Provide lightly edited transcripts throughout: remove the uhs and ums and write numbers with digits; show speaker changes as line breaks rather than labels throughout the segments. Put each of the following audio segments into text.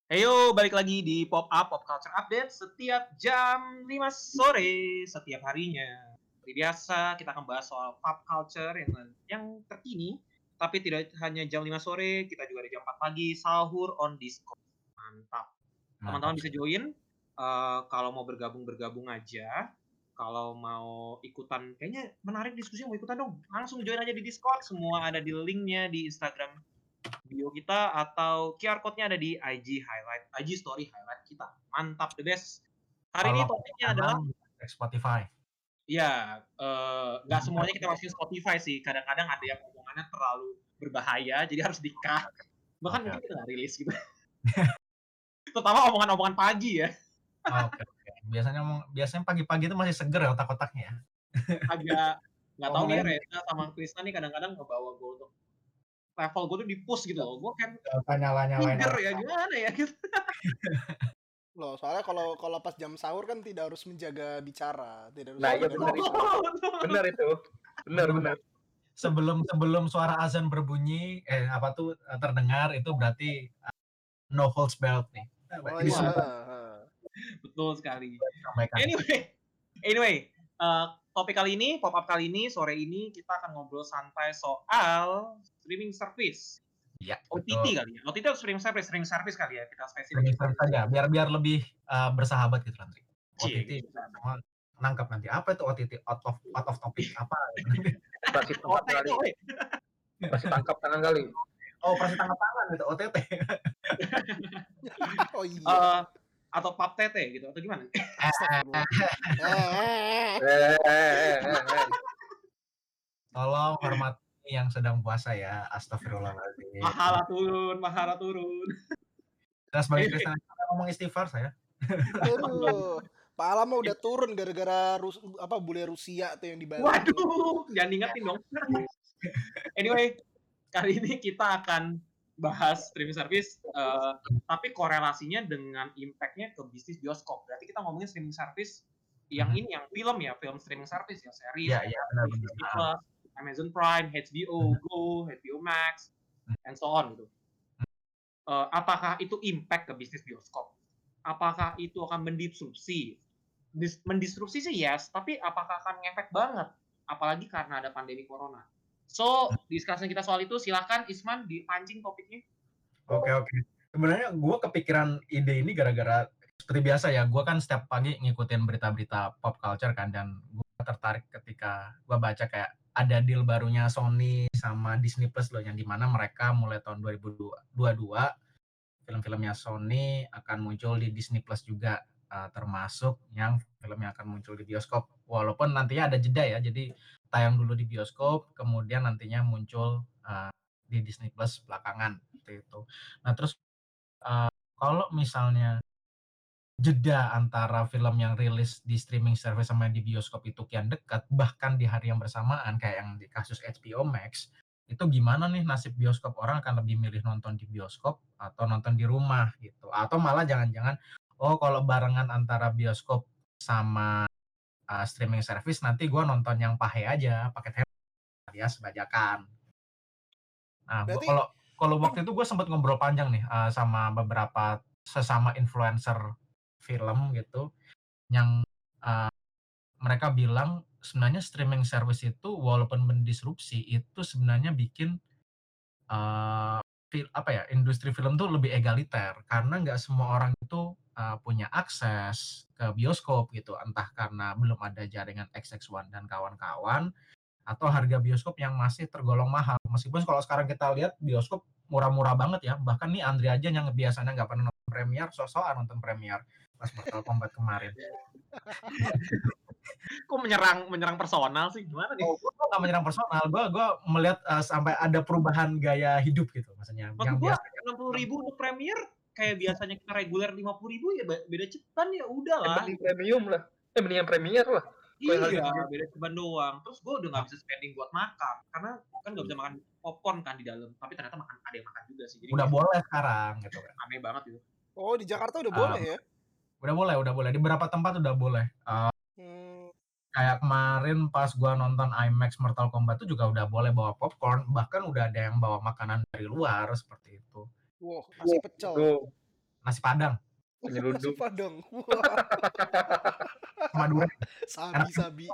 Heyo, balik lagi di Pop Up Pop Culture Update setiap jam 5 sore setiap harinya. Seperti biasa, kita akan bahas soal pop culture yang terkini, tapi tidak hanya jam 5 sore, kita juga ada jam 4 pagi sahur on Discord. Mantap.
Mantap
Teman-teman bisa
sih.
join kalau mau bergabung aja. Kalau mau ikutan, kayaknya menarik diskusi mau ikutan dong. Langsung join aja di Discord, semua ada di linknya di Instagram bio kita atau QR code-nya ada di IG story highlight kita. Mantap the best. Hari ini
Kalau
topiknya adalah
kanan cek Spotify.
ya, nggak semuanya kita masukin Spotify sih, kadang-kadang ada yang omongannya terlalu berbahaya, jadi harus di-cut. Bahkan
Oke
mungkin
oke.
kita nggak rilis gitu. Terutama omongan-omongan pagi ya,
Oke oke. Biasanya pagi-pagi itu masih seger ya otak-otaknya ya.
agak nggak tahu nih ya
Ngomongannya
Reza sama Krisna nih kadang-kadang ngebawa gue untuk level gue tuh di-push gitu loh. Gue kan
nyala-nyalain
trigger
orang.
ya, gimana ya gitu.
Loh, soalnya kalau pas jam sahur kan tidak harus menjaga bicara, tidak harus
Nah,
Oh
iya
menjaga
betul,
benar itu.
lisan.
Benar itu. Benar
Sebelum
benar.
sebelum sebelum suara azan berbunyi, terdengar itu berarti, no holds barred nih.
Oh
Ini
iya,
semua
betul sekali.
disampaikan.
Anyway, topik kali ini, pop up kali ini, sore ini kita akan ngobrol santai soal streaming service.
Iya, betul.
OTT kali ya. OTT atau streaming service kali ya, kita
Streaming
spesifik.
service saja biar lebih, bersahabat gitu nanti.
Cie,
OTT
gitu.
semua nangkep nanti, "Apa itu OTT? Out of topic apa?"
Operasi tangkap
Otak itu,
kali. Operasi tangkap tangan kali.
Oh, operasi tangkap tangan itu OTT.
oh iya.
Atau pap tete gitu, atau gimana?
Astagfirullah.
Eh, eh, eh, eh.
Tolong hormati yang sedang puasa ya, astagfirullahaladzim.
Mahala turun.
Saya sebagai
Anyway,
Kristen ngomong istighfar saya.
Aduh, Pak mah udah turun gara-gara bule Rusia tuh yang di Bali tuh.
waduh, jangan diingetin dong. Anyway, kali ini kita akan bahas streaming service, tapi korelasinya dengan impact-nya ke bisnis bioskop. Berarti kita ngomongin streaming service yang ini, yang film ya, film streaming service ya, series
Iya
kayak
iya, benar
Netflix,
benar.
Disney Plus, Amazon Prime, HBO Go, HBO Max, and so on gitu. Apakah itu impact ke bisnis bioskop? Apakah itu akan mendisrupsi? Mendisrupsi sih yes, tapi apakah akan ngefek banget? Apalagi karena ada pandemi corona. So, discussion kita soal itu silahkan Isman dipancing topiknya.
Oke oke. Sebenarnya gue kepikiran ide ini gara-gara seperti biasa ya, gue kan setiap pagi ngikutin berita-berita pop culture kan, dan gue tertarik ketika gue baca kayak ada deal barunya Sony sama Disney Plus loh, yang dimana mereka mulai tahun 2022 film-filmnya Sony akan muncul di Disney Plus juga, termasuk yang film yang akan muncul di bioskop. Walaupun nantinya ada jeda ya, jadi tayang dulu di bioskop, kemudian nantinya muncul, di Disney Plus belakangan, seperti itu. Nah terus, kalau misalnya jeda antara film yang rilis di streaming service sama di bioskop itu kian dekat, bahkan di hari yang bersamaan kayak yang di kasus HBO Max, itu gimana nih nasib bioskop? Orang akan lebih milih nonton di bioskop atau nonton di rumah gitu? Atau malah jangan-jangan, oh kalau barengan antara bioskop sama, streaming service nanti gue nonton yang pahe aja, paket hemat alias bajakan. Nah,
Berarti
kalau kalau waktu itu gue sempat ngobrol panjang nih, sama beberapa sesama influencer film gitu, yang, eee, mereka bilang sebenarnya streaming service itu walaupun mendisrupsi, itu sebenarnya bikin, eee, industri film tuh lebih egaliter. Karena nggak semua orang itu, punya akses ke bioskop gitu, entah karena belum ada jaringan XX1 dan kawan-kawan, atau harga bioskop yang masih tergolong mahal. Meskipun kalau sekarang kita lihat bioskop murah-murah banget ya, bahkan nih Andri aja yang biasanya nggak pernah nonton premier, sok-sokan nonton premier pas Mortal Kombat kemarin.
Kok menyerang personal sih? Gimana nih?
Oh, gue nggak menyerang personal, gue melihat, sampai ada perubahan gaya hidup gitu, maksudnya
Maksud
yang
gua
biasanya
60.000 untuk premier, kayak biasanya kita reguler 50.000 ya beda ceban ya udahlah.
Mending premium lah. Mendingan premier lah. Kalau yang harga
Iya,
segitu.
beda ceban doang. Terus gue udah nggak bisa spending buat makan, karena kan nggak bisa makan popcorn kan di dalam. Tapi ternyata ada yang makan juga sih. Jadi
udah
kayak
boleh sekarang gitu kan.
aneh banget gitu.
oh di Jakarta udah boleh ya?
Udah boleh, di beberapa tempat udah boleh.
Hmm,
Kayak kemarin pas gua nonton IMAX Mortal Kombat tuh juga udah boleh bawa popcorn, bahkan udah ada yang bawa makanan dari luar seperti itu.
nasi pecel.
Tuh.
nasi Padang
Nasi
Penyelundup.
Padang. Wah,
sama durian, enak
sabi.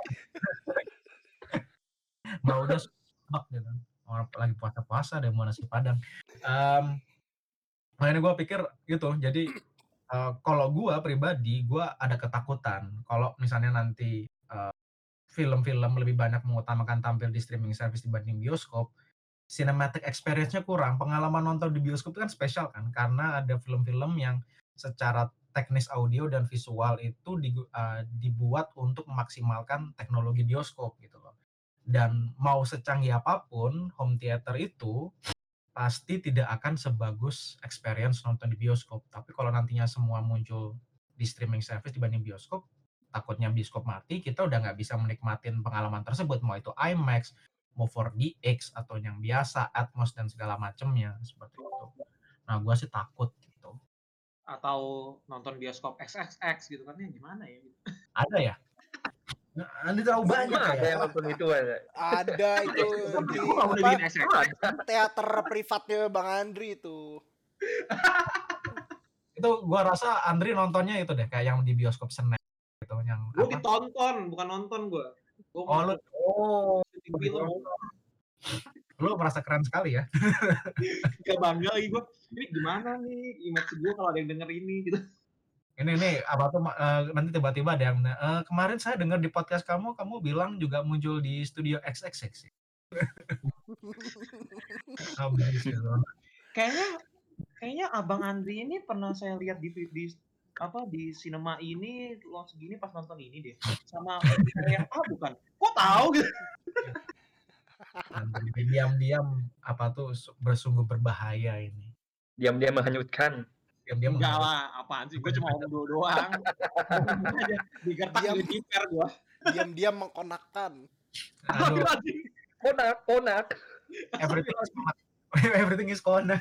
baunya sedap gitu. Orang lagi puasa-puasa deh mau nasi Padang. Makanya gue pikir gitu. Jadi kalau gue pribadi, gue ada ketakutan kalau misalnya nanti film-film lebih banyak mengutamakan tampil di streaming service dibanding bioskop, cinematic experience-nya kurang. Pengalaman nonton di bioskop itu kan spesial kan, karena ada film-film yang secara teknis audio dan visual itu dibuat untuk memaksimalkan teknologi bioskop gitu loh. Dan mau secanggih apapun home theater itu pasti tidak akan sebagus experience nonton di bioskop. Tapi kalau nantinya semua muncul di streaming service dibanding bioskop, takutnya bioskop mati, kita udah nggak bisa menikmatin pengalaman tersebut, mau itu IMAX, mau 4DX, atau yang biasa, Atmos, dan segala macamnya, seperti itu. Nah, gue sih takut gitu.
Atau nonton bioskop XXX gitu kan, ya gimana ya?
Ada ya? Nanti terlalu banyak
Ada
ya?
yang nonton itu ada.
Ada itu di
Gue nggak udah
apa
bikin XXX.
teater privatnya Bang Andri itu.
Itu gue rasa Andri nontonnya itu deh, kayak yang di bioskop Senen gitu, yang
Gue
apa?
ditonton, bukan nonton gue. Gue
Oh, lu
syuting film.
lu merasa keren sekali ya?
Gak bangga lagi gue. Ini gimana nih image gue kalau ada yang denger ini gitu.
Ini apa tuh nanti tiba-tiba ada yang kemarin saya dengar di podcast kamu bilang juga muncul di studio XXX. Habis gitu.
Kayaknya Abang Andri ini pernah saya lihat di sinema ini luang segini pas nonton ini deh. Sama kayak bukan. Kok tahu gitu?
Andri diam-diam apa tuh bersungguh berbahaya ini.
Diam-diam menghanyutkan.
Diam-diam
Enggak lah, apaan sih? Gue cuma omdo doang. Ngomong aja, digertak
Diam.
di jiper gue.
Diam-diam mengkonakkan.
Aduh,
Konak.
everything is konak. Everything is konak.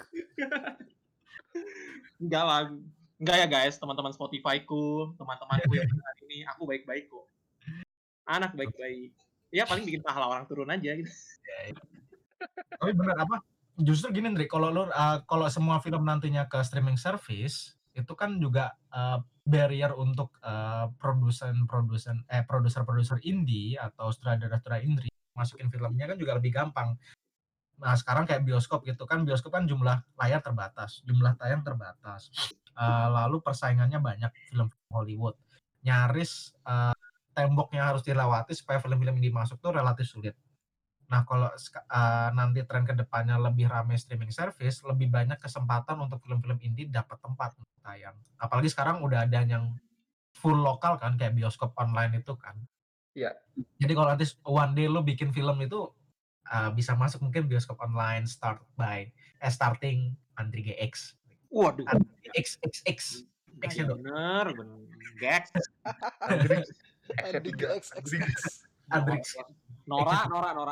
Enggak lah. Enggak ya guys, teman-teman Spotify-ku, teman-temanku yang dengar ini, aku baik-baik kok. Anak baik-baik. Ya paling bikin pahala orang turun aja gitu.
Tapi bener apa? Justru gini Ndri, kalau semua film nantinya ke streaming service, itu kan juga barrier untuk produser-produser indie atau sutradara-sutradara indie masukin filmnya kan juga lebih gampang. Nah sekarang kayak bioskop gitu kan, bioskop kan jumlah layar terbatas, jumlah tayang terbatas, lalu persaingannya banyak film Hollywood, nyaris tembok yang harus dilewati supaya film-film ini masuk tuh relatif sulit. Nah kalau nanti tren kedepannya lebih ramai streaming service, lebih banyak kesempatan untuk film-film indie dapat tempat untuk tayang. Apalagi sekarang udah ada yang full lokal kan, kayak bioskop online itu kan.
Iya.
Jadi kalau nanti one day lo bikin film itu bisa masuk mungkin bioskop online starting Andri GX.
Waduh.
Andri XXX. X-nya tuh.
Bener. Gex.
Andri XXX.
Andri.
Nora.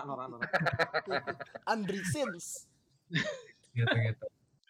Andri Sims.
Gitu.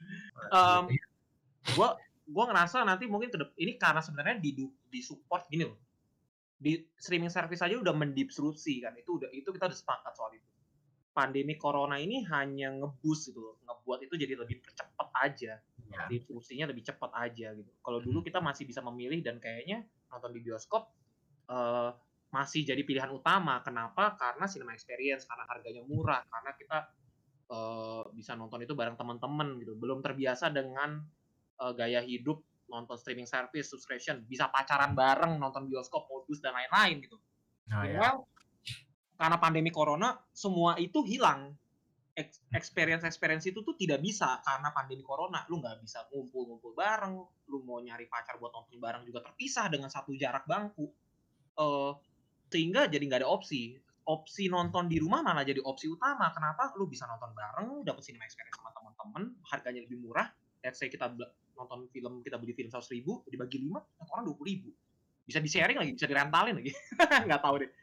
Gue ngerasa nanti mungkin ini karena sebenarnya di support gini loh. Di streaming service aja udah mendisrupsi kan. Itu kita udah sepakat soal itu. Pandemi corona ini hanya nge-boost gitu loh. Ngebuat itu jadi lebih cepat aja.
Ya.
Disrupsinya lebih cepat aja gitu. Kalau dulu kita masih bisa memilih dan kayaknya nonton di bioskop masih jadi pilihan utama. Kenapa? Karena cinema experience, karena harganya murah, karena kita bisa nonton itu bareng teman-teman gitu. Belum terbiasa dengan gaya hidup nonton streaming service, subscription, bisa pacaran bareng, nonton bioskop, modus dan lain-lain gitu.
Ya.
Karena pandemi corona, semua itu hilang. Experience itu tuh tidak bisa karena pandemi corona. Lu nggak bisa ngumpul-ngumpul bareng, lu mau nyari pacar buat nonton bareng juga terpisah dengan satu jarak bangku. Sehingga jadi nggak ada opsi nonton di rumah malah jadi opsi utama. Kenapa? Lu bisa nonton bareng, dapat cinema experience sama teman-teman, harganya lebih murah. Let's say kita nonton film, kita beli film 100.000, dibagi 5, satu orang 20.000. Bisa di-sharing lagi, bisa direntalin lagi. Nggak tahu deh.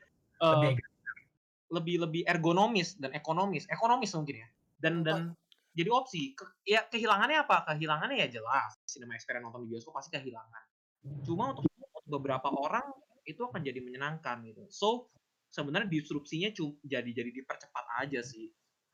Lebih ergonomis dan ekonomis mungkin ya. Dan jadi opsi. Kehilangannya apa? Kehilangannya ya jelas. Cinema experience nonton di bioskop pasti kehilangan. Cuma untuk beberapa orang itu akan jadi menyenangkan gitu. So sebenarnya disrupsinya jadi dipercepat aja sih.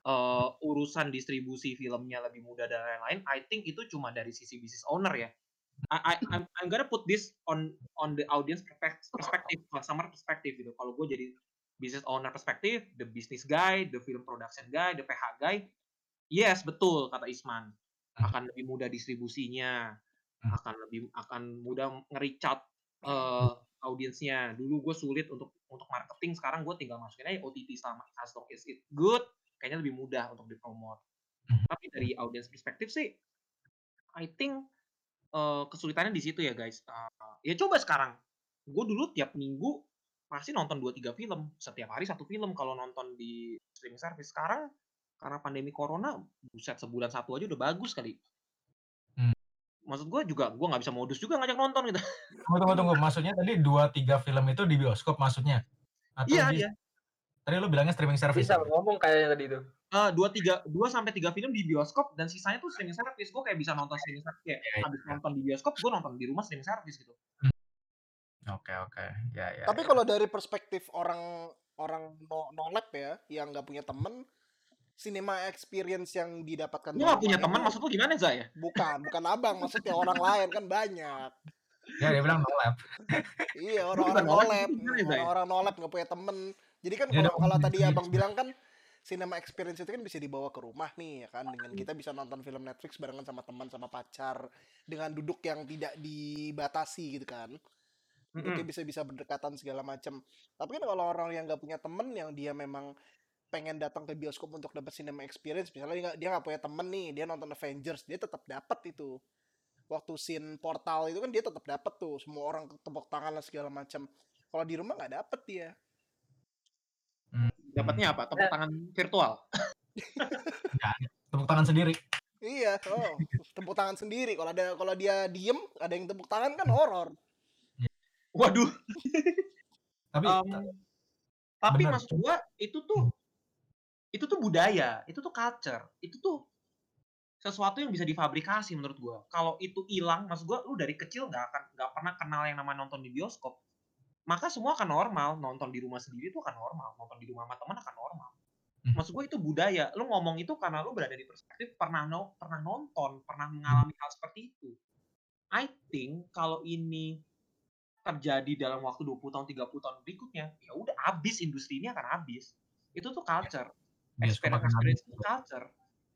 urusan distribusi filmnya lebih mudah dan lain-lain, I think itu cuma dari sisi business owner ya. I'm gonna put this on the audience perspective, customer perspective gitu. Kalau gue jadi business owner perspective, the business guy, the film production guy, the PH guy, yes betul kata Isman, akan lebih mudah distribusinya, akan mudah nge-reach out audiensnya. Dulu gue sulit untuk marketing, sekarang gue tinggal masukin aja OTT sama as long as it good, kayaknya lebih mudah untuk dipromot. Tapi dari audience perspektif sih, I think kesulitannya di situ ya guys. Ya coba sekarang, gue dulu tiap minggu pasti nonton 2-3 film, setiap hari 1 film kalau nonton di streaming service. Sekarang karena pandemi corona, buset sebulan 1 aja udah bagus kali. Maksud gue juga, gue nggak bisa modus juga ngajak nonton gitu.
Tunggu. Maksudnya tadi 2-3 film itu di bioskop maksudnya? Atau
Iya.
Tadi lu bilangnya streaming service
Bisa
ya?
ngomong kayaknya tadi itu.
2-3 film di bioskop dan sisanya tuh streaming service. Gue kayak bisa nonton streaming service, kayak
Iya.
habis nonton di bioskop, gue nonton di rumah streaming service gitu.
Oke. Ya.
Tapi kalau dari perspektif orang no lab ya, yang nggak punya temen, cinema experience yang didapatkan
Gue
di
gak punya
rumah
teman,
itu
maksud lu gimana Zaya?
bukan abang, maksudnya orang lain kan banyak.
Ya dia bilang no lab.
Iya,
Lu
orang-orang
bukan no lab,
no lab,
gimana ya, Zaya?
orang-orang no lab nggak punya temen. Jadi kan
Dia ada
kalau tadi
kondisi.
abang bilang kan cinema experience itu kan bisa dibawa ke rumah nih ya kan, dengan kita bisa nonton film Netflix barengan sama teman sama pacar dengan duduk yang tidak dibatasi gitu kan. Duduknya bisa berdekatan segala macam. Tapi kan kalau orang yang nggak punya temen, yang dia memang pengen datang ke bioskop untuk dapat cinema experience, misalnya dia nggak punya temen nih, dia nonton Avengers, dia tetap dapat itu. Waktu scene portal itu kan dia tetap dapat tuh, semua orang tepuk tangan lah segala macam. Kalau di rumah nggak dapet dia.
Dapatnya apa? Tepuk tangan virtual.
Ya, tepuk tangan sendiri.
Iya, tepuk tangan sendiri. Kalau dia diem, ada yang tepuk tangan kan horor.
Waduh. Tapi
bener.
maksud gua itu tuh budaya, itu tuh culture, itu tuh sesuatu yang bisa difabrikasi menurut gua. Kalau itu hilang, maksud gua lu dari kecil nggak pernah kenal yang namanya nonton di bioskop, maka semua akan normal. Nonton di rumah sendiri itu akan normal, nonton di rumah sama teman akan normal. Maksud gua itu budaya. Lu ngomong itu karena lu berada di perspektif pernah nonton, pernah mengalami hal seperti itu. I think kalau ini terjadi dalam waktu 20 tahun, 30 tahun berikutnya, ya udah habis, industri ini akan habis. Itu tuh culture. Experience itu culture.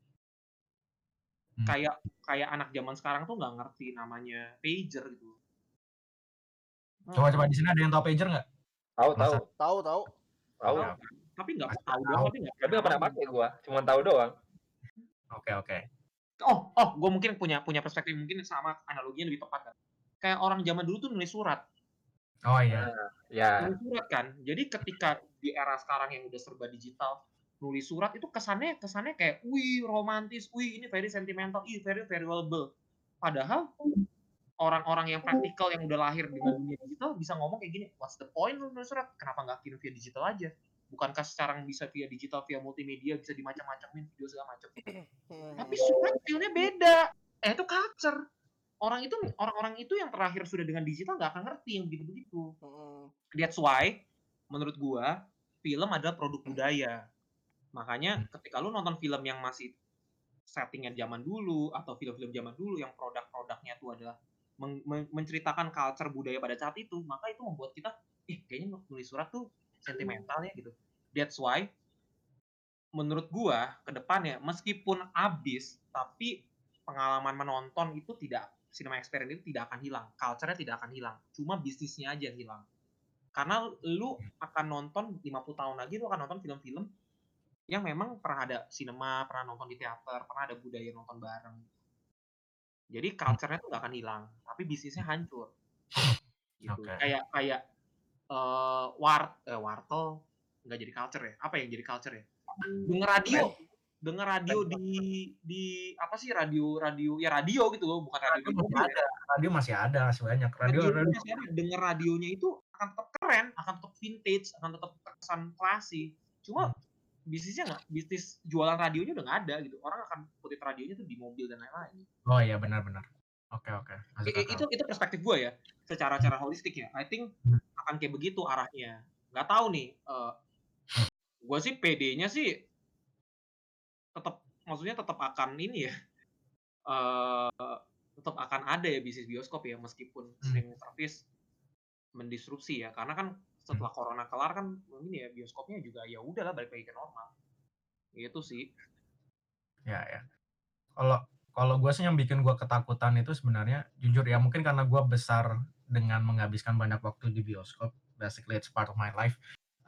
Kayak anak zaman sekarang tuh nggak ngerti namanya pager gitu.
Coba di sini ada yang tahu pager nggak?
Tahu.
Tapi nggak tahu doang,
tapi nggak pernah pakai gua, cuma tahu doang.
Oke.
Oh, gue mungkin punya perspektif mungkin sama, analoginya lebih tepat kan. Kayak orang zaman dulu tuh nulis surat.
Oh iya.
Ya.
Nulis surat kan. Jadi ketika di era sekarang yang udah serba digital, nulis surat itu kesannya kayak, wih romantis, wih ini very sentimental, very valuable. Padahal orang-orang yang praktikal yang udah lahir dengan dunia digital bisa ngomong kayak gini, what's the point lu nulis surat? Kenapa nggak kirim via digital aja? Bukankah sekarang bisa via digital, via multimedia, bisa dimacam-macamin video segala macam. Tapi surat feel-nya beda. Itu culture. Orang-orang itu yang terakhir sudah dengan digital nggak akan ngerti yang begitu-begitu. That's why menurut gua film adalah produk budaya. Makanya ketika lu nonton film yang masih settingnya zaman dulu atau film-film zaman dulu yang produk-produknya itu adalah menceritakan culture budaya pada saat itu, maka itu membuat kita kayaknya nulis surat tuh sentimental ya gitu. That's why menurut gua ke depannya meskipun habis, tapi pengalaman menonton itu tidak, cinema experience itu tidak akan hilang, culture-nya tidak akan hilang, cuma bisnisnya aja yang hilang. Karena lu akan nonton 50 tahun lagi, lu akan nonton film-film yang memang pernah ada sinema, pernah nonton di teater, pernah ada budaya nonton bareng. Jadi culture-nya tuh gak akan hilang, tapi bisnisnya hancur. Gitu. Kayak wartel nggak jadi culture ya? Apa yang jadi culture ya? Dengar radio di apa sih, radio ya radio gitu loh, bukan radio di mobil.
Radio masih ada, masih banyak. Radio
masih ada. Dengar radionya itu akan tetap keren, akan tetap vintage, akan tetap terkesan klasik. Cuma bisnis jualan radionya udah nggak ada gitu. Orang akan putit radionya tuh di mobil dan lain-lain.
Oh iya benar. Oke.
Itu perspektif gue ya, secara holistik ya. I think akan kayak begitu arahnya. Nggak tahu nih. Gue sih PD-nya sih maksudnya tetap akan ini ya, eee, tetap akan ada ya bisnis bioskop ya, meskipun streaming service mendisrupsi ya. Karena kan setelah corona kelar kan ini ya, bioskopnya juga ya udahlah balik lagi ke normal. Gitu sih.
Ya. Kalau kalau gue sih yang bikin gue ketakutan itu sebenarnya jujur ya mungkin karena gue besar dengan menghabiskan banyak waktu di bioskop, basically it's part of my life.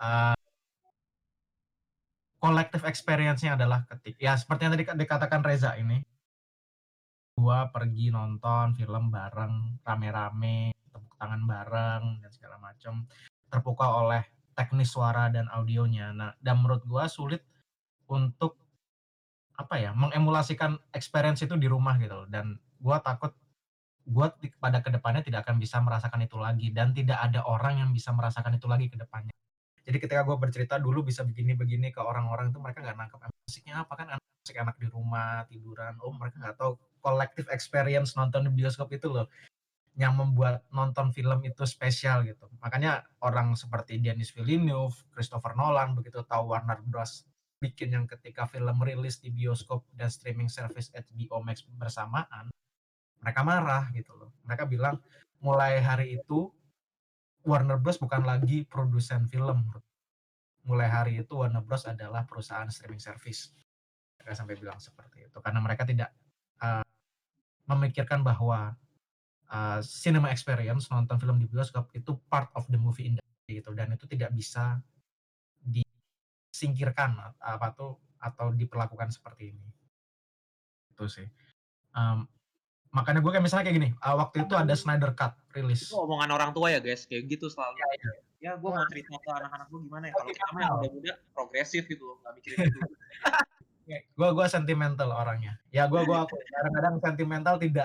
Collective experience-nya adalah ya seperti yang tadi dikatakan Reza ini, gua pergi nonton film bareng, rame-rame, tepuk tangan bareng dan segala macam, terpukau oleh teknis suara dan audionya. Nah, dan menurut gua sulit untuk apa ya, mengemulasikan experience itu di rumah gitu loh. Dan gua takut gua pada kedepannya tidak akan bisa merasakan itu lagi dan tidak ada orang yang bisa merasakan itu lagi ke depannya. Jadi ketika gue bercerita dulu bisa begini-begini ke orang-orang itu mereka nggak nangkep musiknya apa kan musik enak di rumah tiduran. Oh mereka nggak tahu collective experience nonton di bioskop itu loh yang membuat nonton film itu spesial gitu. Makanya orang seperti Denis Villeneuve, Christopher Nolan begitu tahu Warner Bros bikin yang ketika film rilis di bioskop dan streaming service HBO Max bersamaan, mereka marah gitu loh. Mereka bilang mulai hari itu Warner Bros bukan lagi produsen film. Mulai hari itu Warner Bros adalah perusahaan streaming service. Mereka sampai bilang seperti itu karena mereka tidak memikirkan bahwa cinema experience nonton film di bioskop itu part of the movie industry gitu dan itu tidak bisa disingkirkan atau diperlakukan seperti ini. Itu sih. Makanya gue kayak misalnya kayak gini, waktu itu ada Snyder Cut rilis.
Itu omongan orang tua ya guys, kayak gitu selalu. Ya gue mau cerita ke anak-anak gue gimana ya, kalau kita mah yang muda-muda progresif gitu loh, nggak mikirin itu.
Gue sentimental orangnya. Ya gue kadang-kadang sentimental tidak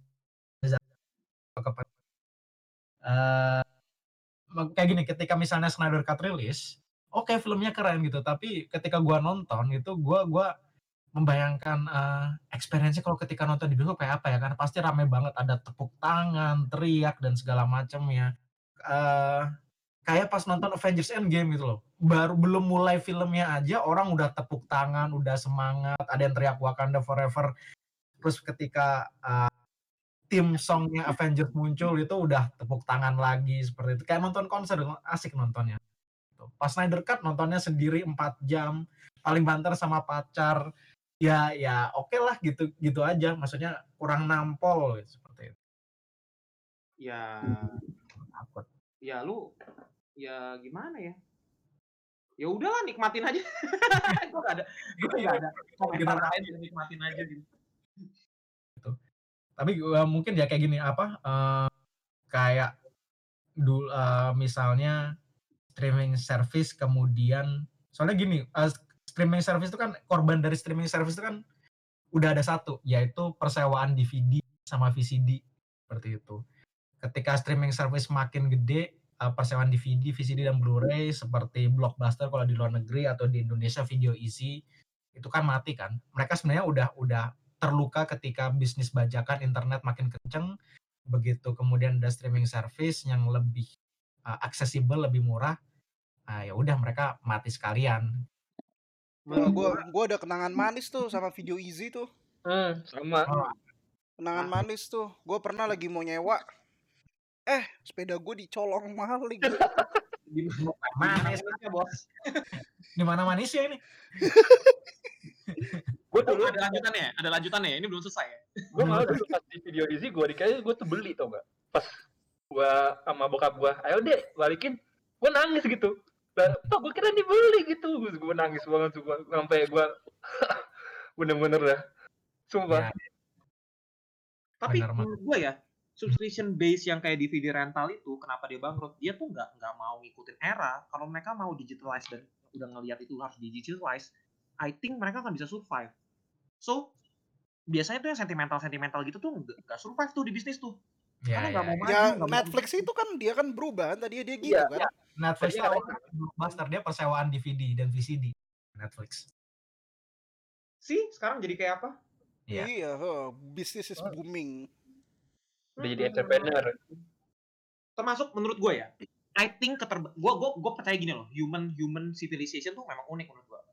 kayak gini, ketika misalnya Snyder Cut rilis, oke filmnya keren gitu, tapi ketika gue nonton itu gue membayangkan experience-nya kalau ketika nonton di bioskop kayak apa ya, karena pasti rame banget, ada tepuk tangan, teriak dan segala macamnya. Kayak pas nonton Avengers Endgame gitu loh, belum mulai filmnya aja orang udah tepuk tangan, udah semangat, ada yang teriak Wakanda Forever, terus ketika theme song-nya Avengers muncul itu udah tepuk tangan lagi seperti itu. Kayak nonton konser, asik nontonnya. Pas Snyder Cut nontonnya sendiri 4 jam, paling banter sama pacar. Ya oke lah gitu aja. Maksudnya kurang nampol seperti itu.
Ya,
Takut.
ya lu, ya gimana ya? Ya udahlah nikmatin aja. gue gak ada komentar lain, nikmatin aja gitu.
Tapi mungkin ya kayak gini kayak dulu misalnya streaming service kemudian soalnya gini streaming service itu kan korban dari streaming service itu kan udah ada satu yaitu persewaan DVD sama VCD seperti itu. Ketika streaming service makin gede persewaan DVD, VCD dan Blu-ray seperti Blockbuster kalau di luar negeri atau di Indonesia Video Easy itu kan mati kan. Mereka sebenarnya udah terluka ketika bisnis bajakan internet makin kenceng. Begitu kemudian ada streaming service yang lebih aksesibel, lebih murah, ya udah mereka mati sekalian.
Gue ada kenangan manis tuh sama Video Easy tuh.
Sama.
Kenangan manis tuh. Gue pernah lagi mau nyewa. Sepeda gue dicolong maling.
Manisnya bos.
Di mana manisnya ini?
Gue dulu
ada lanjutannya. Ini belum selesai ya.
Gue malah dulu pas di Video Easy gue dikasih gue tuh beli tau gak. Pas gue sama bokap gue, ayo deh balikin. Gue nangis gitu. Toh gue kira dibeli gitu. Gue nangis banget sampai gue bener-bener dah. Sumpah.
Ya.
Tapi menurut gue ya, subscription base yang kayak DVD rental itu kenapa dia bangkrut? Dia tuh nggak mau ngikutin era. Kalau mereka mau digitalize dan udah ngelihat itu harus digitalize, I think mereka akan bisa survive. So biasanya tuh yang sentimental gitu tuh nggak survive tuh di bisnis tuh. Karena nggak mau maju.
Ya Netflix itu kan dia kan berubah tadi dia gitu kan.
Netflix itu Blockbuster, dia persewaan DVD dan VCD. Netflix.
Sih sekarang jadi kayak apa?
Iya, bisnis is booming.
Udah jadi entrepreneur.
Termasuk menurut gue ya, I think gue percaya gini loh, human civilization tuh memang unik menurut gue.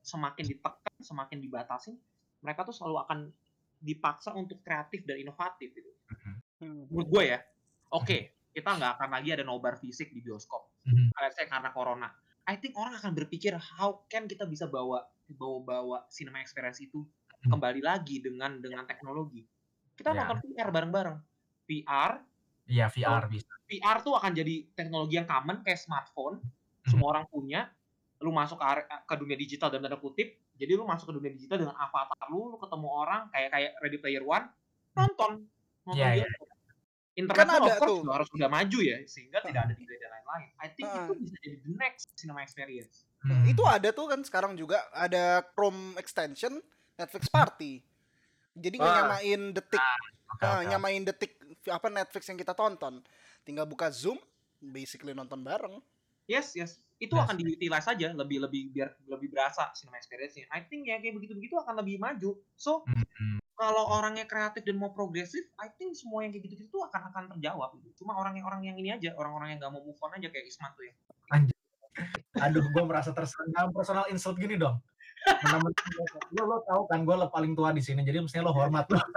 semakin ditekan, semakin dibatasin, mereka tuh selalu akan dipaksa untuk kreatif dan inovatif gitu. Menurut gue ya, oke, kita nggak akan lagi ada nobar fisik di bioskop. Let's say karena corona. I think orang akan berpikir how can kita bisa bawa cinema experience itu kembali lagi dengan teknologi. Kita
Ya.
nonton VR bareng-bareng. VR,
Iya, VR bisa.
VR tuh akan jadi teknologi yang common kayak smartphone, semua orang punya. Lu masuk ke dunia digital dalam tanda kutip, jadi lu masuk ke dunia digital dengan avatar lu ketemu orang kayak Ready Player One, nonton
Iya, iya.
bioskop. Internet
Kan
pun
ada
of course
tuh.
juga harus sudah maju ya, sehingga tidak ada delay dan lain-lain. I think itu bisa jadi the next cinema experience.
Itu ada tuh kan sekarang juga ada Chrome extension Netflix Party. Jadi nyamain detik, nyamain detik apa Netflix yang kita tonton. Tinggal buka Zoom, basically nonton bareng.
Yes. Itu akan diutilize saja biar lebih berasa cinema experience-nya. I think ya kayak begitu-begitu akan lebih maju. So kalau orangnya kreatif dan mau progresif, I think semua yang kayak gitu-gitu akan terjawab. Cuma orang yang ini aja, orang-orang yang nggak mau move on aja kayak Isman tuh ya.
Anjir. Aduh, gue merasa terserang personal insult gini dong. Lo tahu kan gue paling tua di sini, jadi mestinya lo hormat lo.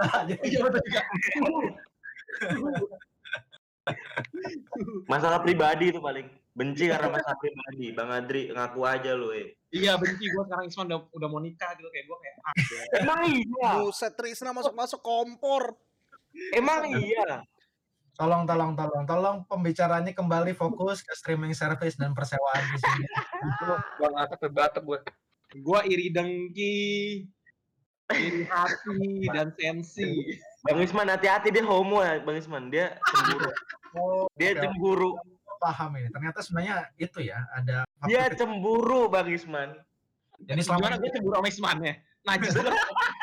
Masalah pribadi itu paling benci karena masalah pribadi. Bang Adri ngaku aja lo.
Iya, benci gue sekarang Isman udah mau nikah gitu kayak gue kayak
emang iya.
Buset, Trisna masuk kompor.
Emang iya.
Tolong pembicaranya kembali fokus ke streaming service dan persewaan di sini.
Bang Atak terbatak gue.
Gue iri dengki, iri hati dan sensi.
Bang Isman hati-hati, dia homo ya Bang Isman, dia cemburu. Dia cemburu.
Paham ini. Ternyata sebenarnya itu ya ada.
Dia cemburu Bang Isman.
Jadi selama
gue cemburu sama Isman ya. Najis lu.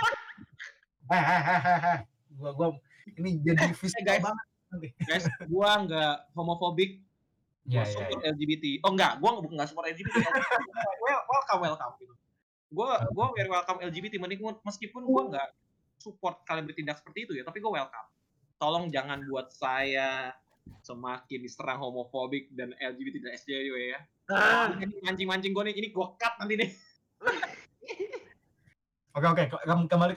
Gua ini jadi visi banget.
Guys, gua nggak homofobik. Gua support LGBT. Oh enggak, gua nggak support LGBT. welcome gitu. Gua very welcome LGBT, meskipun gua nggak support kalian bertindak seperti itu ya, tapi gua welcome. Tolong jangan buat saya semakin diserang homofobik dan LGBT dan SJW ya. Mancing gua nih, ini gua cut nanti nih.
Oke, kembali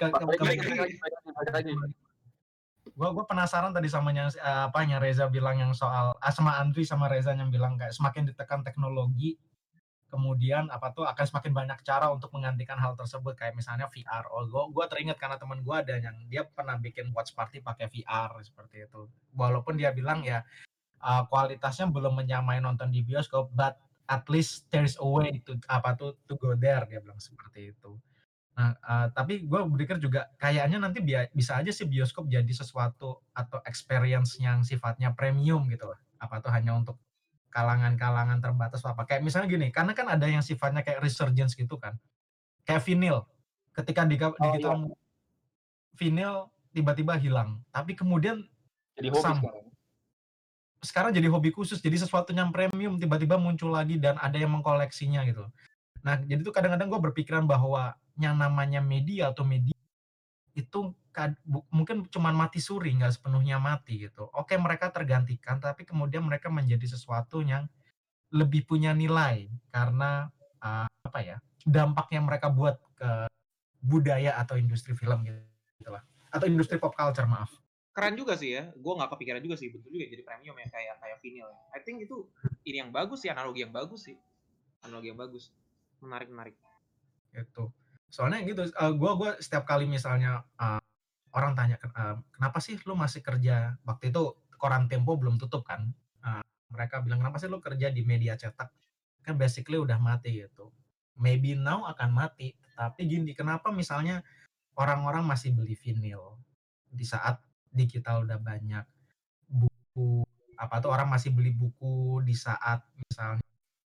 lagi. Gue penasaran tadi sama yang Reza bilang yang soal sama Andri sama Reza yang bilang kayak semakin ditekan teknologi, kemudian akan semakin banyak cara untuk menggantikan hal tersebut, kayak misalnya VR. Gue teringat karena teman gue ada yang dia pernah bikin watch party pakai VR seperti itu. Walaupun dia bilang ya kualitasnya belum menyamai nonton di bioskop, but at least there's a way to go there, dia bilang seperti itu. Nah, tapi gue berpikir juga kayaknya nanti bisa aja sih bioskop jadi sesuatu atau experience yang sifatnya premium gitu lah. Apa tuh hanya untuk kalangan-kalangan terbatas apa. Kayak misalnya gini, karena kan ada yang sifatnya kayak resurgence gitu kan. Kayak vinyl. Ketika digital vinyl tiba-tiba hilang. Tapi kemudian
jadi hobi
sekarang jadi hobi khusus, jadi sesuatu yang premium tiba-tiba muncul lagi dan ada yang mengkoleksinya gitu. Nah, jadi tuh kadang-kadang gue berpikiran bahwa yang namanya media itu mungkin cuma mati suri, nggak sepenuhnya mati gitu. Oke, mereka tergantikan, tapi kemudian mereka menjadi sesuatu yang lebih punya nilai karena dampak yang mereka buat ke budaya atau industri film gitu lah, atau industri pop culture, maaf.
Keren juga sih ya, gue nggak kepikiran juga sih, betul juga jadi premium ya kayak vinyl ya. I think itu ini yang bagus sih, analogi yang bagus sih, menarik.
Itu soalnya gitu, gue setiap kali misalnya orang tanya kenapa sih lu masih kerja, waktu itu koran Tempo belum tutup kan, mereka bilang kenapa sih lu kerja di media cetak, kan basically udah mati gitu. Maybe now akan mati, tapi gini, kenapa misalnya orang-orang masih beli vinyl di saat digital udah banyak, buku orang masih beli buku di saat misalnya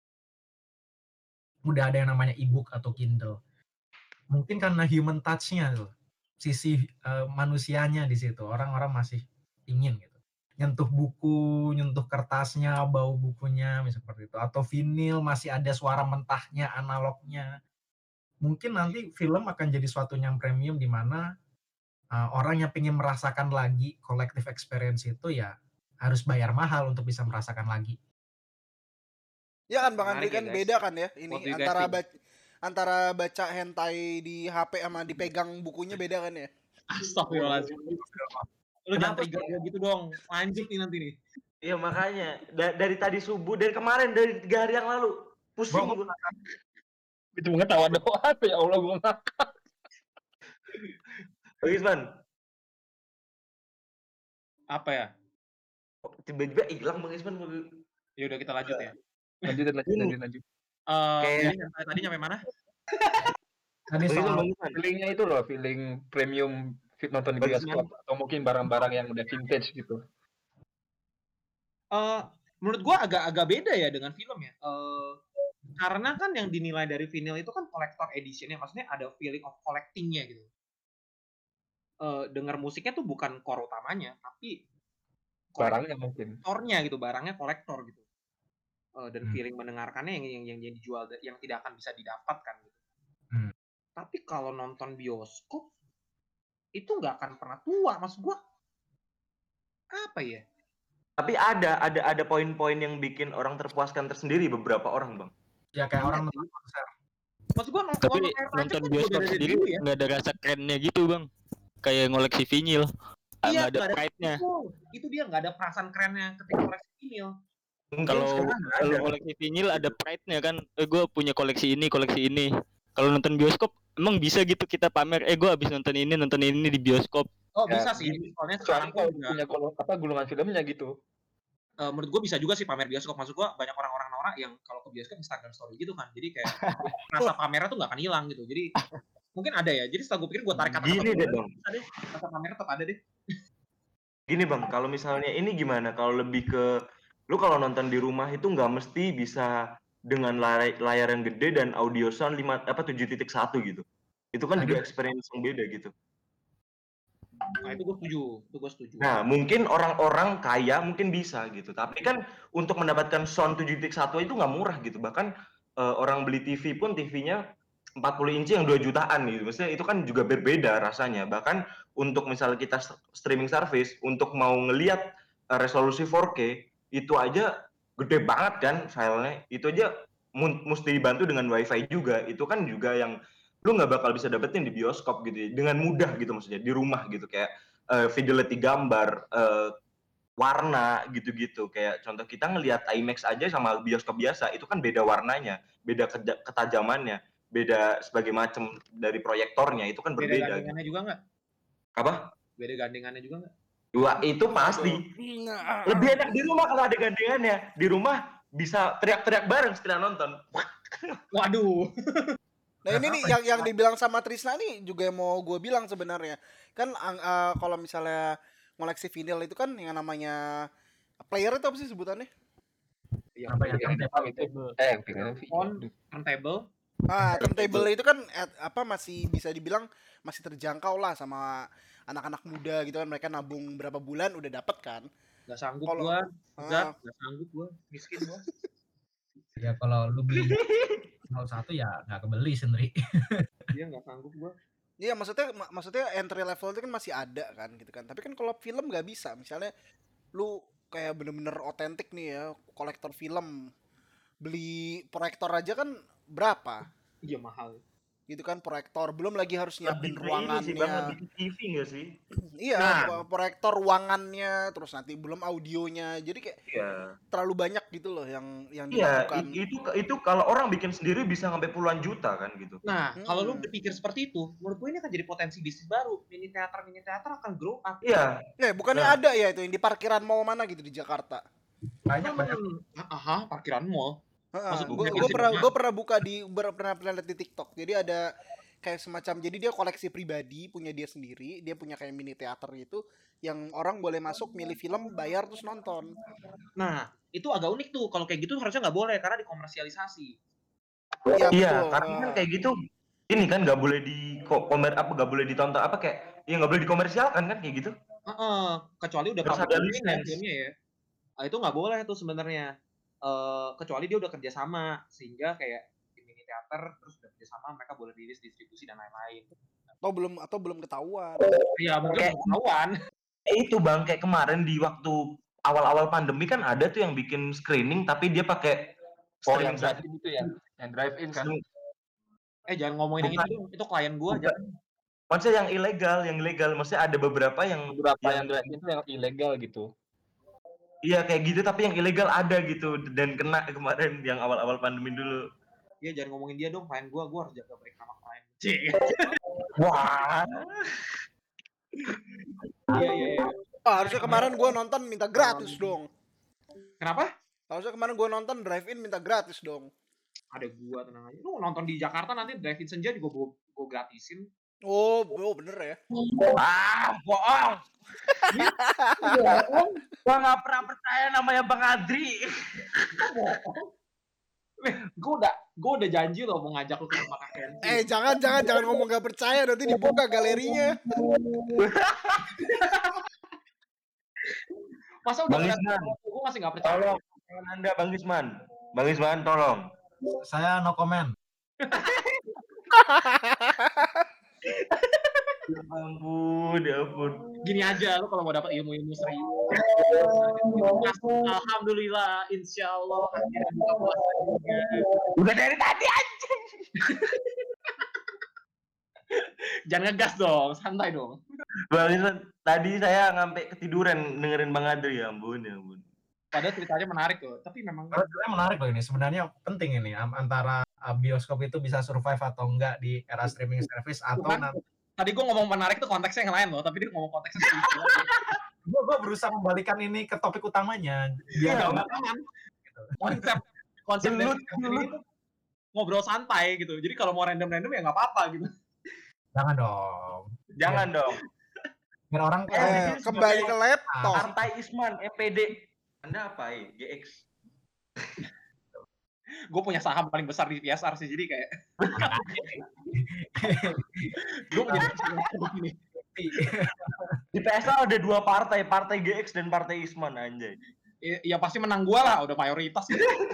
udah ada yang namanya e-book atau Kindle. Mungkin karena human touch-nya tuh, sisi manusianya di situ, orang-orang masih ingin gitu nyentuh buku, nyentuh kertasnya, bau bukunya, misalnya seperti itu. Atau vinil masih ada suara mentahnya, analognya. Mungkin nanti film akan jadi suatu yang premium di mana orang yang ingin merasakan lagi collective experience itu ya harus bayar mahal untuk bisa merasakan lagi.
Ya kan Bang Andri kan beda kan ya ini antara baca hentai di HP sama dipegang bukunya beda kan ya?
Astagfirullahaladzim. Lu jangan
Kenapa
trigger gue gitu dong. Lanjut nih nanti nih.
Iya makanya dari tadi subuh, dari kemarin, dari 3 hari yang lalu pusing
Bro,
gua.
Itu ketawa doang, ya Allah gue nggak.
Wisman,
Apa ya?
tiba-tiba hilang Bang Isman.
Ya udah kita lanjut ya.
Lanjut.
Kayak-
Jadi tadi nyampe mana?
tadi
Bang Isman,
soal
Bang Isman.
Feelingnya itu loh, feeling premium nonton di
Bagus,
bioskop atau mungkin barang-barang yang udah vintage gitu.
Menurut gua agak beda ya dengan film ya. Karena kan yang dinilai dari vinyl itu kan collector edition-nya, maksudnya ada feeling of collecting-nya gitu. Dengar musiknya tuh bukan core utamanya, tapi
Barangnya mungkin.
kolektornya gitu, barangnya kolektor gitu. Dan
Hmm.
feeling mendengarkannya yang dijual, yang tidak akan bisa didapatkan gitu. Tapi kalau nonton bioskop itu nggak akan pernah tua, maksud gua apa ya?
Tapi ada poin-poin yang bikin orang terpuaskan tersendiri beberapa orang, Bang.
ya kayak
Iya
orang
sih.
nonton konser.
Maksud gua
Tapi
air tancap
nonton
kan juga
bioskop
dari
sendiri
dulu ya.
nggak ada rasa kerennya gitu bang, kayak ngoleksi vinyl.
Iya,
Nggak ada
nggak ada
pride-nya.
itu dia nggak ada perasaan kerennya ketika koleksi vinyl.
Mungkin
Kalau
sekarang nggak ada.
koleksi vinyl ada pride-nya kan, gue punya koleksi ini. Kalau nonton bioskop emang bisa gitu kita pamer, gue habis nonton ini di bioskop.
Oh
Ya,
bisa sih, soalnya sekarang
Soalnya kalau
pun juga,
punya gulungan filmnya gitu.
menurut gue bisa juga sih pamer bioskop. Maksud gue banyak orang-orang norak yang kalau ke bioskop Instagram story gitu kan, jadi kayak rasa pamernya tuh nggak akan hilang gitu. Jadi mungkin ada ya. Jadi setelah gue pikir gue tarik kata-kata
Gini deh,
gue,
Bang.
bisa deh, rasa pamernya tetap ada deh.
Gini Bang, kalau misalnya ini gimana? Kalau lebih ke lu kalau nonton di rumah itu nggak mesti bisa dengan layar yang gede dan audio sound 7.1 gitu. Itu kan juga experience yang beda gitu.
Nah itu gue setuju.
Nah, mungkin orang-orang kaya mungkin bisa gitu. Tapi kan untuk mendapatkan sound 7.1 itu nggak murah gitu. Bahkan orang beli TV pun TV-nya 40 inci yang 2 jutaan gitu. Maksudnya itu kan juga berbeda rasanya. Bahkan untuk misalnya kita streaming service, untuk mau ngelihat resolusi 4K, itu aja gede banget kan filenya. Itu aja mesti dibantu dengan wifi juga. Itu kan juga yang lu nggak bakal bisa dapetin di bioskop gitu ya. Dengan mudah gitu maksudnya, di rumah gitu. Kayak fidelity gambar, warna gitu-gitu. Kayak contoh kita ngelihat IMAX aja sama bioskop biasa, itu kan beda warnanya, beda ketajamannya, beda sebagai macam dari proyektornya, itu kan
Beda
berbeda.
gandengannya juga nggak?
Apa?
Beda gandengannya juga nggak?
Wah, itu pasti. Lebih enak di rumah kalau ada gandengannya. Di rumah bisa teriak-teriak bareng setelah nonton.
Waduh.
Nah ini nih yang dibilang sama Trisna nih juga yang mau gue bilang sebenarnya. Kan kalau misalnya ngoleksi vinyl itu kan yang namanya player itu apa sih sebutannya?
Apa ya,
Turntable.
Turntable itu kan masih bisa dibilang masih terjangkau lah sama anak-anak muda gitu kan, mereka nabung berapa bulan udah dapet kan.
Gak sanggup gua, gak sanggup gua, miskin gua.
Ya kalau lu beli 01 ya nggak kebeli sendiri.
Iya nggak sanggup gua.
Iya maksudnya entry level itu kan masih ada kan gitu kan. Tapi kan kalau film nggak bisa. Misalnya lu kayak bener-bener otentik nih ya, kolektor film, beli proyektor aja kan berapa?
Iya mahal.
Gitu kan, proyektor, belum lagi harus nyiapin
Lebih
ruangannya.
Ini sih Bang, lebih TV nggak sih?
Iya, proyektor ruangannya, terus nanti belum audionya, jadi kayak terlalu banyak gitu loh yang dilakukan.
Itu kalau orang bikin sendiri bisa sampai puluhan juta kan gitu.
Nah, kalau lu berpikir seperti itu, menurut gue ini akan jadi potensi bisnis baru. Mini teater akan grow up.
Iya.
Bukannya ada ya itu yang di parkiran mall mana gitu di Jakarta?
Banyak.
Parkiran mall.
Gue pernah buka pernah lihat di TikTok. Jadi ada kayak semacam, jadi dia koleksi pribadi punya dia sendiri, dia punya kayak mini teater gitu yang orang boleh masuk milih film, bayar terus nonton.
Nah itu agak unik tuh, kalau kayak gitu harusnya nggak boleh karena dikomersialisasi.
Iya, tapi kan kayak gitu ini kan nggak boleh nggak boleh ditonton kayak ya nggak boleh dikomersialkan kan kayak gitu.
Kecuali udah
harus ada lisensi
filmnya ya. Itu nggak boleh tuh sebenarnya. Kecuali dia udah kerjasama sehingga kayak di mini teater terus udah kerjasama, mereka boleh rilis distribusi dan lain-lain.
Atau belum ketahuan.
Iya mungkin belum ketahuan.
Itu Bang, kayak kemarin di waktu awal-awal pandemi kan ada tuh yang bikin screening tapi dia pakai
yang drive-in itu ya, yang drive-in kan.
Jangan ngomongin yang itu dong, itu klien gua
Bukan.
jangan.
Maksudnya yang ilegal. Maksudnya ada beberapa yang
drive-in itu yang ilegal gitu.
iya kayak gitu tapi yang ilegal ada gitu dan kena kemarin yang awal-awal pandemi dulu.
Jangan ngomongin dia dong, klien gua harus jaga baik nama klien. Cik.
Wah.
Iya.
Harusnya kemarin gue nonton minta gratis dong.
Kenapa?
Harusnya kemarin gue nonton drive-in minta gratis dong.
Ada gua, tenang aja. Lu nonton di Jakarta nanti drive-in senja juga gua gratisin.
Oh bener ya.
Bohong. Bohong. Gua nggak pernah percaya namanya Bang Adri.
Gue udah janji loh mau ngajak lu ke tempat Kenzi.
Jangan ngomong gak percaya, nanti dibuka galerinya.
Masa udah
Bang
ngeliat
Isman,
gue masih gak percaya.
tolong Anda Bang Isman tolong.
Saya no comment.
Ya ampun.
Gini aja, lu kalau mau dapat ilmu-ilmu serius. Alhamdulillah, insya Allah akhirnya buka puasa juga.
Udah dari tadi anjing.
Jangan ngegas dong, santai dong.
Bang Isman, tadi saya sampai ketiduran dengerin Bang Adri, ya ampun.
Padahal ceritanya menarik loh, tapi memang
Sebenarnya menarik loh ini. Sebenarnya penting ini antara bioskop itu bisa survive atau enggak di era streaming service atau nanti.
Tadi gue ngomong menarik itu konteksnya yang lain loh, tapi dia ngomong konteksnya serius.
Gue berusaha membalikan ini ke topik utamanya.
Biar nggak aman. Konsep dari ini itu ngobrol santai gitu. Jadi kalau mau random ya nggak apa-apa gitu.
Jangan dong. Biar orang
kembali ke laptop.
Partai Isman, EPD. Anda apa GX?
Gue punya saham paling besar di PSR sih, jadi kayak gue punya ini.
Di PSR ada 2 partai GX dan partai Isman, anjay.
Ya pasti menang gue lah, udah mayoritas.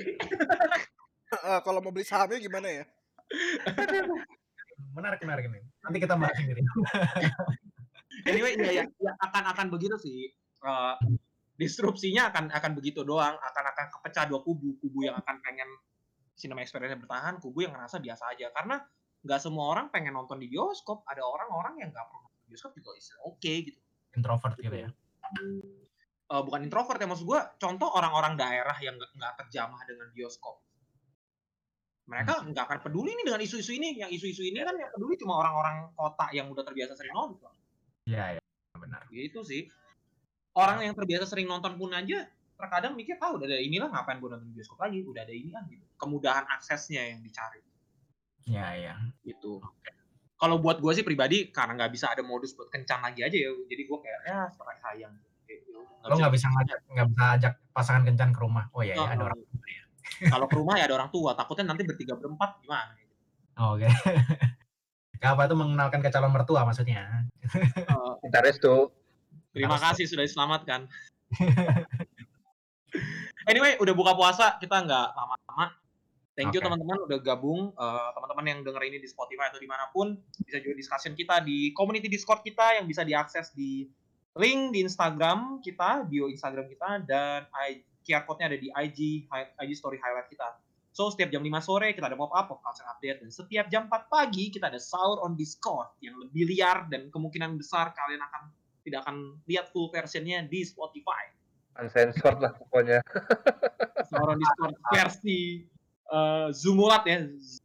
Kalau mau beli sahamnya gimana ya?
Menarik ini. Nanti kita bahas sendiri.
Anyway, ya akan begitu sih. Disrupsinya akan begitu doang, akan kepecah dua kubu yang akan pengen cinema experience bertahan, kubu yang ngerasa biasa aja, karena nggak semua orang pengen nonton di bioskop, ada orang-orang yang nggak pernah nonton di bioskop juga oke gitu.
Introvert gitu ya?
Bukan introvert ya, maksud gue contoh orang-orang daerah yang nggak terjamah dengan bioskop, mereka nggak akan peduli nih dengan isu-isu ini. Yang isu-isu ini kan yang peduli cuma orang-orang kota yang udah terbiasa sering nonton.
Iya benar.
Gitu sih. Orang yang terbiasa sering nonton pun aja terkadang mikir, udah ada inilah, ngapain gue nonton bioskop lagi, udah ada ini kan gitu. Kemudahan aksesnya yang dicari.
Iya.
Gitu. Kalau buat gue sih pribadi, karena nggak bisa ada modus buat kencan lagi aja ya, jadi gue kayak sayang.
Lo nggak bisa ajak pasangan kencan ke rumah. Oh iya, ada orang tua ya.
Kalau ke rumah ya ada orang tua, takutnya nanti bertiga berempat gimana?
Oke. Apa itu mengenalkan ke calon mertua maksudnya?
Minta restu.
Terima kasih sudah diselamatkan. Anyway, udah buka puasa, kita nggak lama-lama. Thank you teman-teman udah gabung. Teman-teman yang denger ini di Spotify atau dimanapun, bisa juga discussion kita di community Discord kita yang bisa diakses di link di Instagram kita, bio Instagram kita, dan QR code-nya ada di IG story highlight kita. So, setiap jam 5 sore kita ada pop-up, pop culture update, dan setiap jam 4 pagi kita ada sahur on Discord yang lebih liar dan kemungkinan besar kalian tidak akan lihat full versionnya di Spotify.
Uncensored lah pokoknya.
Sahur on Discord versi Zumulat ya.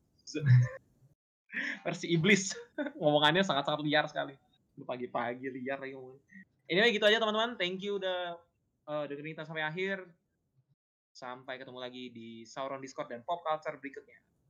Versi iblis. Ngomongannya sangat-sangat liar sekali. Pagi-pagi liar lagi ngomongin. Anyway, gitu aja teman-teman. Thank you udah dengerin kita sampai akhir. Sampai ketemu lagi di Sauron Discord dan Pop Culture berikutnya.